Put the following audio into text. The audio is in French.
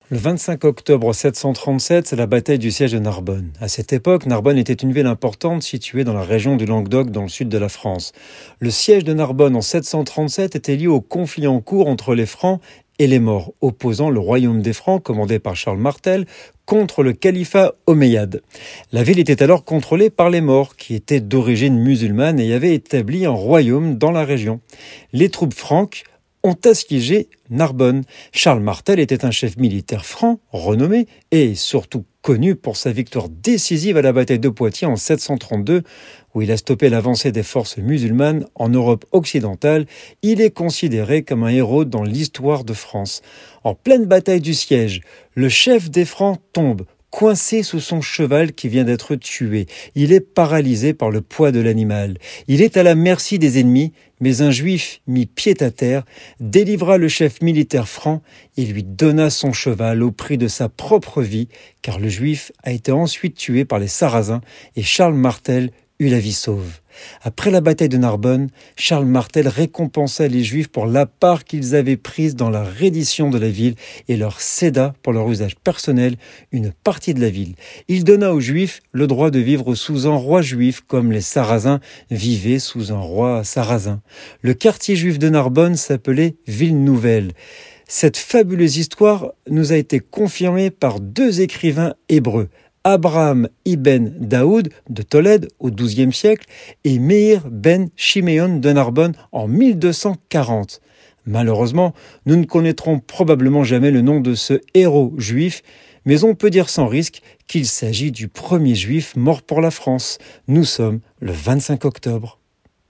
Le 25 octobre 737, c'est la bataille du siège de Narbonne. À cette époque, Narbonne était une ville importante située dans la région du Languedoc, dans le sud de la France. Le siège de Narbonne en 737 était lié au conflit en cours entre les Francs et les Maures, opposant le royaume des Francs, commandé par Charles Martel, contre le califat omeyyade. La ville était alors contrôlée par les Maures, qui étaient d'origine musulmane et avaient établi un royaume dans la région. Les troupes franques ont assiégé Narbonne. Charles Martel était un chef militaire franc, renommé, et surtout connu pour sa victoire décisive à la bataille de Poitiers en 732, où il a stoppé l'avancée des forces musulmanes en Europe occidentale. Il est considéré comme un héros dans l'histoire de France. En pleine bataille du siège, le chef des Francs tombe, coincé sous son cheval qui vient d'être tué. Il est paralysé par le poids de l'animal. Il est à la merci des ennemis, mais un juif mis pied à terre délivra le chef militaire franc et lui donna son cheval au prix de sa propre vie, car le juif a été ensuite tué par les Sarrasins et Charles Martel eut la vie sauve. Après la bataille de Narbonne, Charles Martel récompensa les Juifs pour la part qu'ils avaient prise dans la reddition de la ville et leur céda pour leur usage personnel une partie de la ville. Il donna aux Juifs le droit de vivre sous un roi juif comme les Sarrasins vivaient sous un roi sarrasin. Le quartier juif de Narbonne s'appelait Ville Nouvelle. Cette fabuleuse histoire nous a été confirmée par deux écrivains hébreux, Abraham ibn Daoud de Tolède au XIIe siècle et Meir ben Shimeon de Narbonne en 1240. Malheureusement, nous ne connaîtrons probablement jamais le nom de ce héros juif, mais on peut dire sans risque qu'il s'agit du premier juif mort pour la France. Nous sommes le 25 octobre.